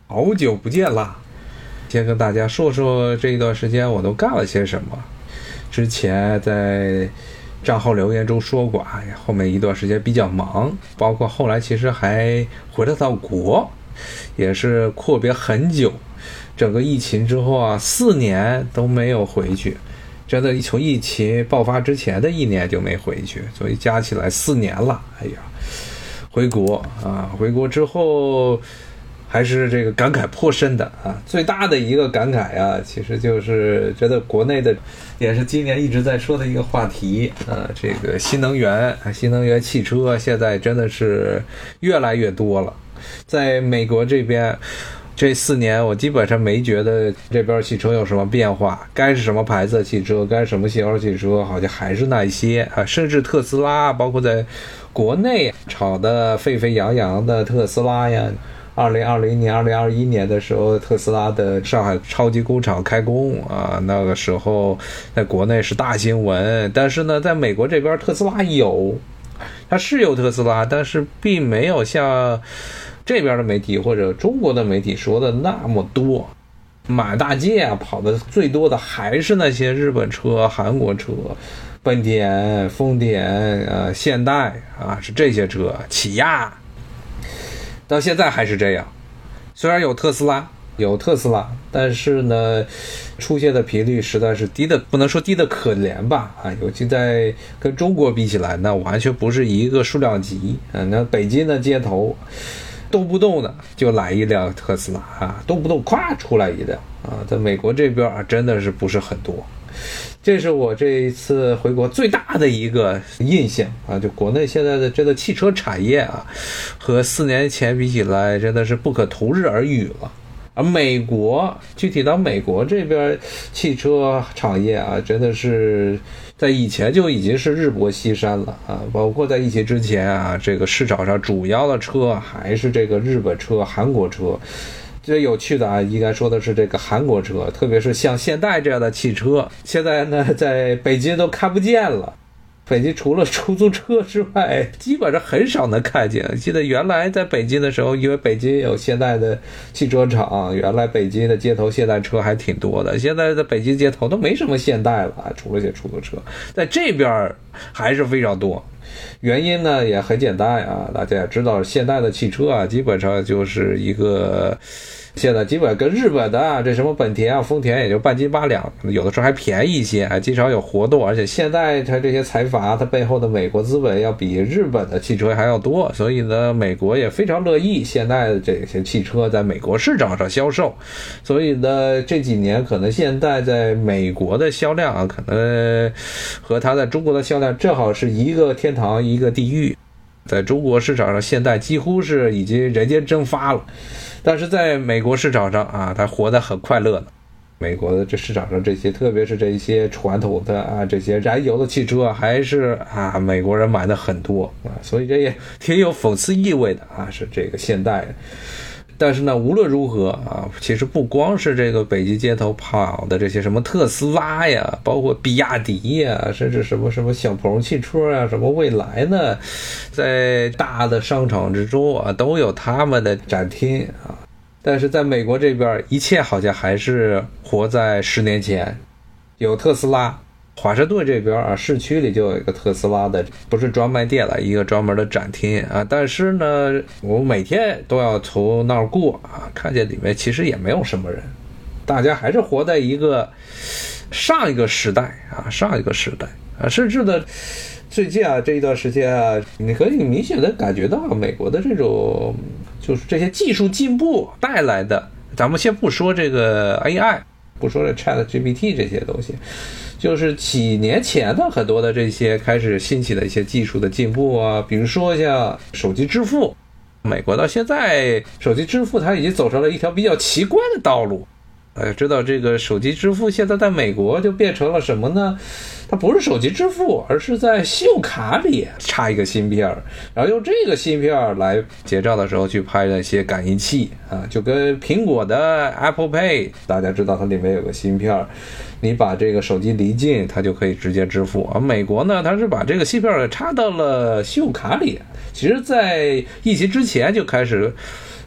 好久不见啦！先跟大家说说这一段时间我都干了些什么。之前在账号留言中说过，后面一段时间比较忙，包括后来其实还回了趟国，也是阔别很久。整个疫情之后4年都没有回去，真的从疫情爆发之前的1年就没回去，所以加起来4年了。回国之后还是这个感慨颇深的最大的一个感慨其实就是觉得国内的也是今年一直在说的一个话题这个新能源汽车现在真的是越来越多了。在美国这边这4年我基本上没觉得这边汽车有什么变化，该是什么牌子的汽车，该什么型号汽车好像还是那些甚至特斯拉，包括在国内炒得沸沸扬扬的特斯拉呀，2020年2021年的时候特斯拉的上海超级工厂开工那个时候在国内是大新闻。但是呢在美国这边特斯拉它是有特斯拉，但是并没有像这边的媒体或者中国的媒体说的那么多。满大街跑的最多的还是那些日本车、韩国车，本田、丰田、现代是这些车，起亚到现在还是这样。虽然有特斯拉，但是呢出现的频率实在是低的，不能说低的可怜吧尤其在跟中国比起来那完全不是一个数量级那北京的街头动不动的就来一辆特斯拉动不动咵出来一辆在美国这边真的是不是很多。这是我这一次回国最大的一个印象就国内现在的这个汽车产业和4年前比起来真的是不可同日而语了。而美国，具体到美国这边汽车产业真的是在以前就已经是日薄西山了包括在疫情之前这个市场上主要的车还是这个日本车、韩国车。最有趣的应该说的是这个韩国车，特别是像现代这样的汽车，现在呢在北京都看不见了。北京除了出租车之外基本上很少能看见。记得原来在北京的时候，因为北京有现代的汽车厂，原来北京的街头现代车还挺多的，现在的北京街头都没什么现代了除了些出租车。在这边还是非常多，原因呢也很简单大家也知道现代的汽车基本上就是一个现在基本跟日本的这什么本田丰田也就半斤八两，有的时候还便宜一些经常有活动。而且现在它这些财阀它背后的美国资本要比日本的汽车还要多，所以呢美国也非常乐意现在的这些汽车在美国市场上销售。所以呢这几年可能现在在美国的销量可能和它在中国的销量正好是一个天堂一个地狱。在中国市场上现在几乎是已经人间蒸发了，但是在美国市场上它活得很快乐呢。美国的这市场上这些特别是这些传统的这些燃油的汽车还是美国人买的很多所以这也挺有讽刺意味的是这个现代。但是呢无论如何其实不光是这个北京街头跑的这些什么特斯拉呀，包括比亚迪呀，甚至什么小鹏汽车什么蔚来呢，在大的商场之中都有他们的展厅但是在美国这边一切好像还是活在10年前。有特斯拉，华盛顿这边市区里就有一个特斯拉的，不是专卖店了，一个专门的展厅但是呢我每天都要从那儿过看见里面其实也没有什么人，大家还是活在一个上一个时代甚至呢最近这一段时间你可以明显的感觉到美国的这种就是这些技术进步带来的，咱们先不说这个 AI， 不说这 ChatGPT 这些东西，就是几年前的很多的这些开始兴起的一些技术的进步比如说像手机支付。美国到现在手机支付它已经走上了一条比较奇怪的道路。知道这个手机支付现在在美国就变成了什么呢？它不是手机支付，而是在信用卡里插一个芯片，然后用这个芯片来结账的时候去拍那些感应器就跟苹果的 Apple Pay， 大家知道它里面有个芯片，你把这个手机离近它就可以直接支付。而美国呢它是把这个芯片插到了信用卡里。其实在疫情之前就开始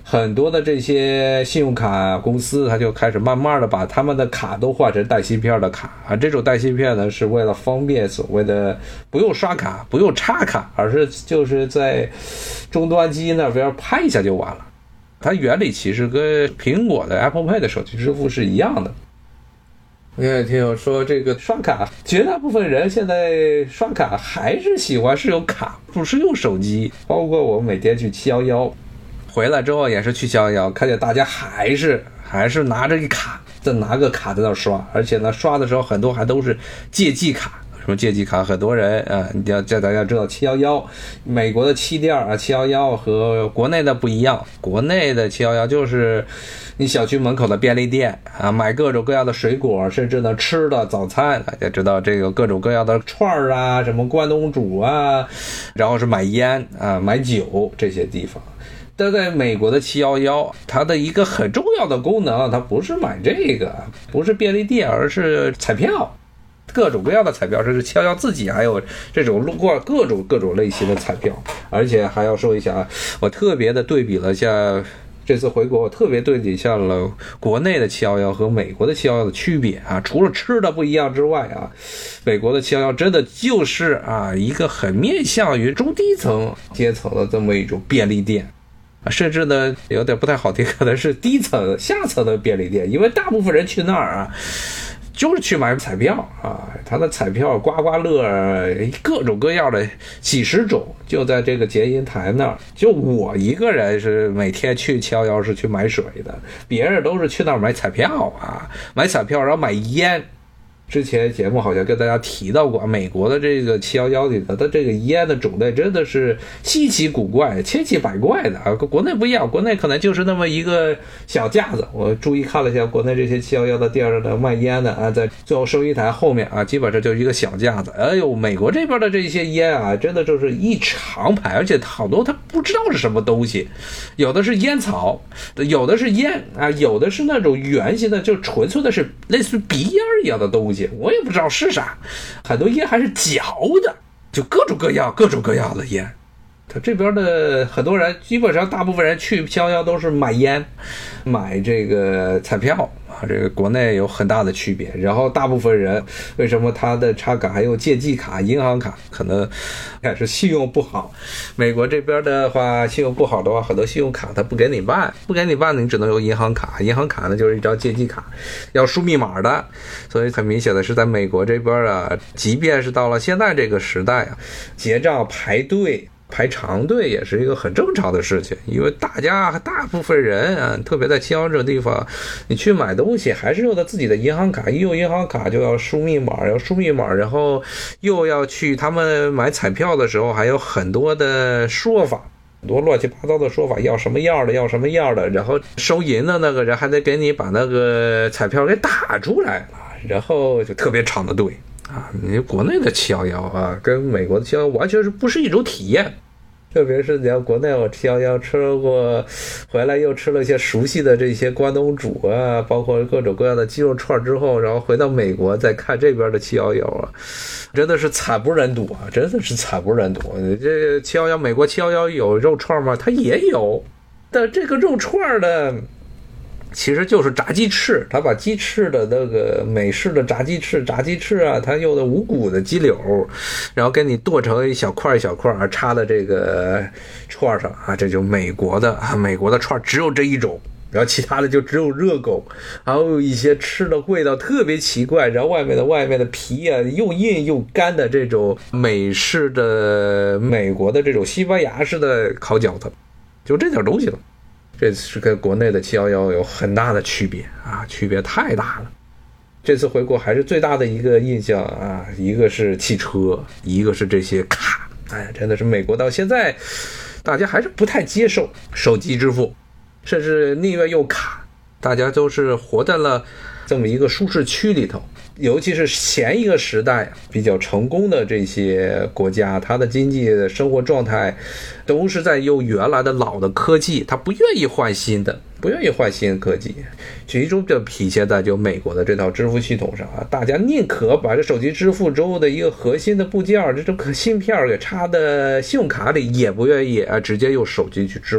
很多的这些信用卡公司，它就开始慢慢的把他们的卡都换成带芯片的卡啊。这种带芯片呢，是为了方便所谓的不用刷卡、不用插卡，而是就是在终端机那边拍一下就完了。它原理其实跟苹果的 Apple Pay 的手机支付是一样的。我也听友说，这个刷卡，绝大部分人现在刷卡还是喜欢是用卡，不是用手机。包括我每天去711，回来之后也是去711，看见大家还是拿着一卡，再拿个卡在那刷，而且呢，刷的时候很多还都是借记卡。什么借记卡，很多人你要叫大家知道711，美国的7店啊，711和国内的不一样。国内的711就是你小区门口的便利店啊，买各种各样的水果，甚至呢吃的早餐，大家知道这个各种各样的串啊，什么关东煮啊，然后是买烟啊、买酒这些地方。但在美国的711，它的一个很重要的功能，它不是买这个，不是便利店，而是彩票。各种各样的彩票，这是711自己还有这种路过各种类型的彩票。而且还要说一下啊，我特别的对比了一下，这次回国我特别对比一下了国内的711和美国的711的区别啊。除了吃的不一样之外啊，美国的711真的就是啊一个很面向于中低层阶层的这么一种便利店。甚至呢有点不太好听，可能是低层下层的便利店，因为大部分人去那儿啊就是去买彩票啊，他的彩票刮刮乐各种各样的几十种，就在这个结银台那儿。就我一个人是每天去711是去买水的，别人都是去那儿买彩票啊，买彩票然后买烟。之前节目好像跟大家提到过，美国的这个711里的这个烟的种类真的是稀奇古怪、千奇百怪的啊，跟国内不一样，国内可能就是那么一个小架子。我注意看了一下国内这些711的店的卖烟的啊，在最后收银台后面啊，基本上就是一个小架子。哎呦，美国这边的这些烟啊，真的就是一长排，而且好多他不知道是什么东西，有的是烟草，有的是烟啊，有的是那种圆形的，就纯粹的是类似于鼻烟一样的东西。我也不知道是啥，很多烟还是嚼的，就各种各样的烟。他这边的很多人，基本上大部分人去711都是买烟，买这个彩票啊，这个国内有很大的区别。然后大部分人为什么他的插卡还有借记卡、银行卡，可能还是信用不好。美国这边的话，信用不好的话，很多信用卡他不给你办，你只能用银行卡。银行卡呢就是一张借记卡，要输密码的。所以很明显的是，在美国这边啊，即便是到了现在这个时代啊，结账排队排长队也是一个很正常的事情，因为大部分人啊，特别在711这个地方，你去买东西还是用的自己的银行卡，一用银行卡就要输密码，然后又要去他们买彩票的时候还有很多的说法，很多乱七八糟的说法，要什么样的，然后收银的那个人还得给你把那个彩票给打出来了，然后就特别长的队啊，你国内的711啊，跟美国的711完全是不是一种体验。特别是你要国内我711吃过，回来又吃了一些熟悉的这些关东煮啊，包括各种各样的鸡肉串之后，然后回到美国再看这边的711啊，真的是惨不忍睹啊，真的是惨不忍睹。这711美国711有肉串吗？它也有，但这个肉串呢其实就是炸鸡翅，他把鸡翅的那个美式的炸鸡翅啊，他用的无骨的鸡柳，然后给你剁成一小块插在这个串上啊，这就美国的串只有这一种，然后其他的就只有热狗，还有一些吃的味道特别奇怪，然后外面的皮啊又硬又干的这种美式的美国的这种西班牙式的烤饺子，就这点东西了。这是跟国内的711有很大的区别啊，区别太大了。这次回国还是最大的一个印象啊，一个是汽车，一个是这些卡。哎，真的是美国到现在大家还是不太接受手机支付，甚至宁愿用卡，大家都是活在了这么一个舒适区里头。尤其是前一个时代比较成功的这些国家，它的经济的生活状态都是在用原来的老的科技，它不愿意换新的科技，其中就体现在就美国的这套支付系统上啊，大家宁可把这手机支付中的一个核心的部件，这种芯片给插的信用卡里，也不愿意啊直接用手机去支付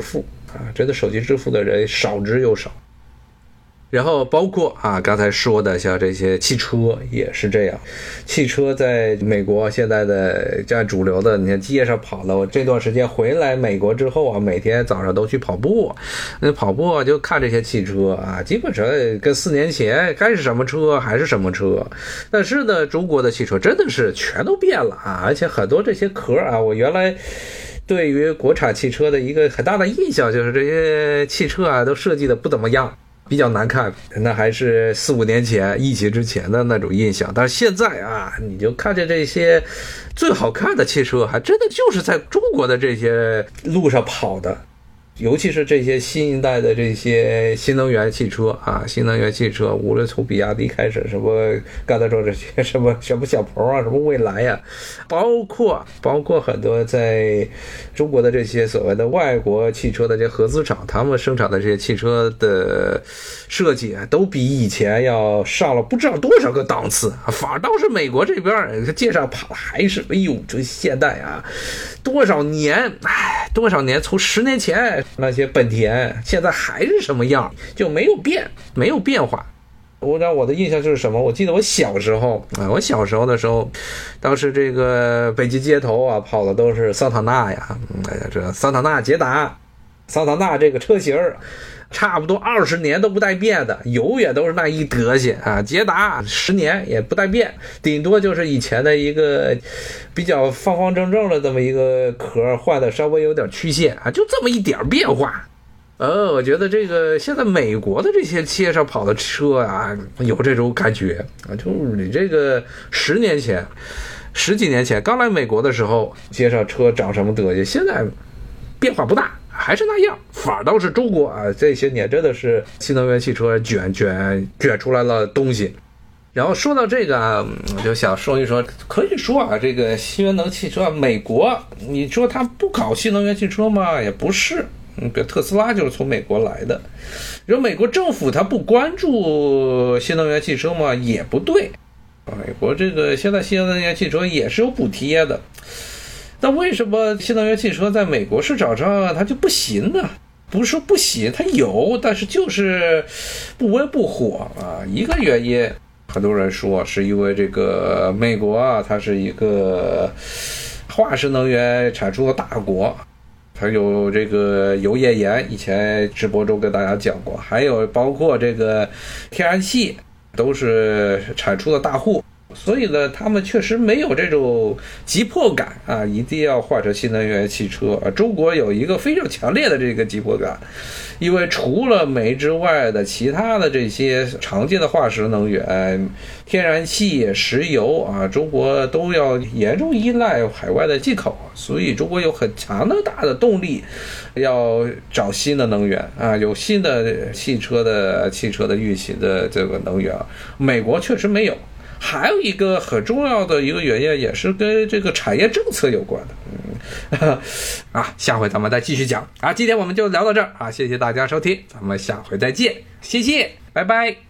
真的手机支付的人少之又少。然后包括刚才说的像这些汽车也是这样，汽车在美国现在的占主流的，你看街上跑了，我这段时间回来美国之后每天早上都去跑步，那跑步就看这些汽车基本上跟4年前该是什么车还是什么车。但是呢，中国的汽车真的是全都变了而且很多这些壳我原来对于国产汽车的一个很大的印象就是这些汽车都设计的不怎么样，比较难看，那还是4、5年前疫情之前的那种印象。但是现在你就看着这些最好看的汽车还真的就是在中国的这些路上跑的，尤其是这些新一代的这些新能源汽车新能源汽车，无论从比亚迪开始，什么刚才说这些什么小鹏什么蔚来包括很多在中国的这些所谓的外国汽车的这些合资厂，他们生产的这些汽车的设计都比以前要上了不知道多少个档次反倒是美国这边街上跑还是这现代多少年从10年前那些本田现在还是什么样，就没有变化。我的印象就是什么，我记得我小时候的时候，当时这个北京街头跑的都是桑塔纳大家知道桑塔纳捷达，桑塔纳这个车型差不多20年都不带变的，永远都是那一德行捷达10年也不带变，顶多就是以前的一个比较方正的这么一个壳换的稍微有点曲线就这么一点变化。我觉得这个现在美国的这些街上跑的车有这种感觉就是你这个10几年前刚来美国的时候，街上车长什么德行，现在变化不大，还是那样。反倒是中国这些年真的是新能源汽车卷出来了东西。然后说到这个我就想说一说，可以说这个新能源汽车美国你说它不搞新能源汽车吗？也不是，比如特斯拉就是从美国来的。然后美国政府它不关注新能源汽车吗？也不对，美国这个现在新能源汽车也是有补贴的。那为什么新能源汽车在美国市场上它就不行呢？不是说不行，它有，但是就是不温不火一个原因，很多人说是因为这个美国它是一个化石能源产出的大国，它有这个油页岩，以前直播中跟大家讲过，还有包括这个天然气都是产出的大户。所以呢，他们确实没有这种急迫感一定要换成新能源汽车中国有一个非常强烈的这个急迫感，因为除了煤之外的其他的这些常见的化石能源，天然气、石油中国都要严重依赖海外的进口，所以中国有很强大的动力要找新的能源有新的汽车的运行的这个能源，美国确实没有。还有一个很重要的一个原因，也是跟这个产业政策有关的。下回咱们再继续讲今天我们就聊到这儿谢谢大家收听，咱们下回再见，谢谢，拜拜。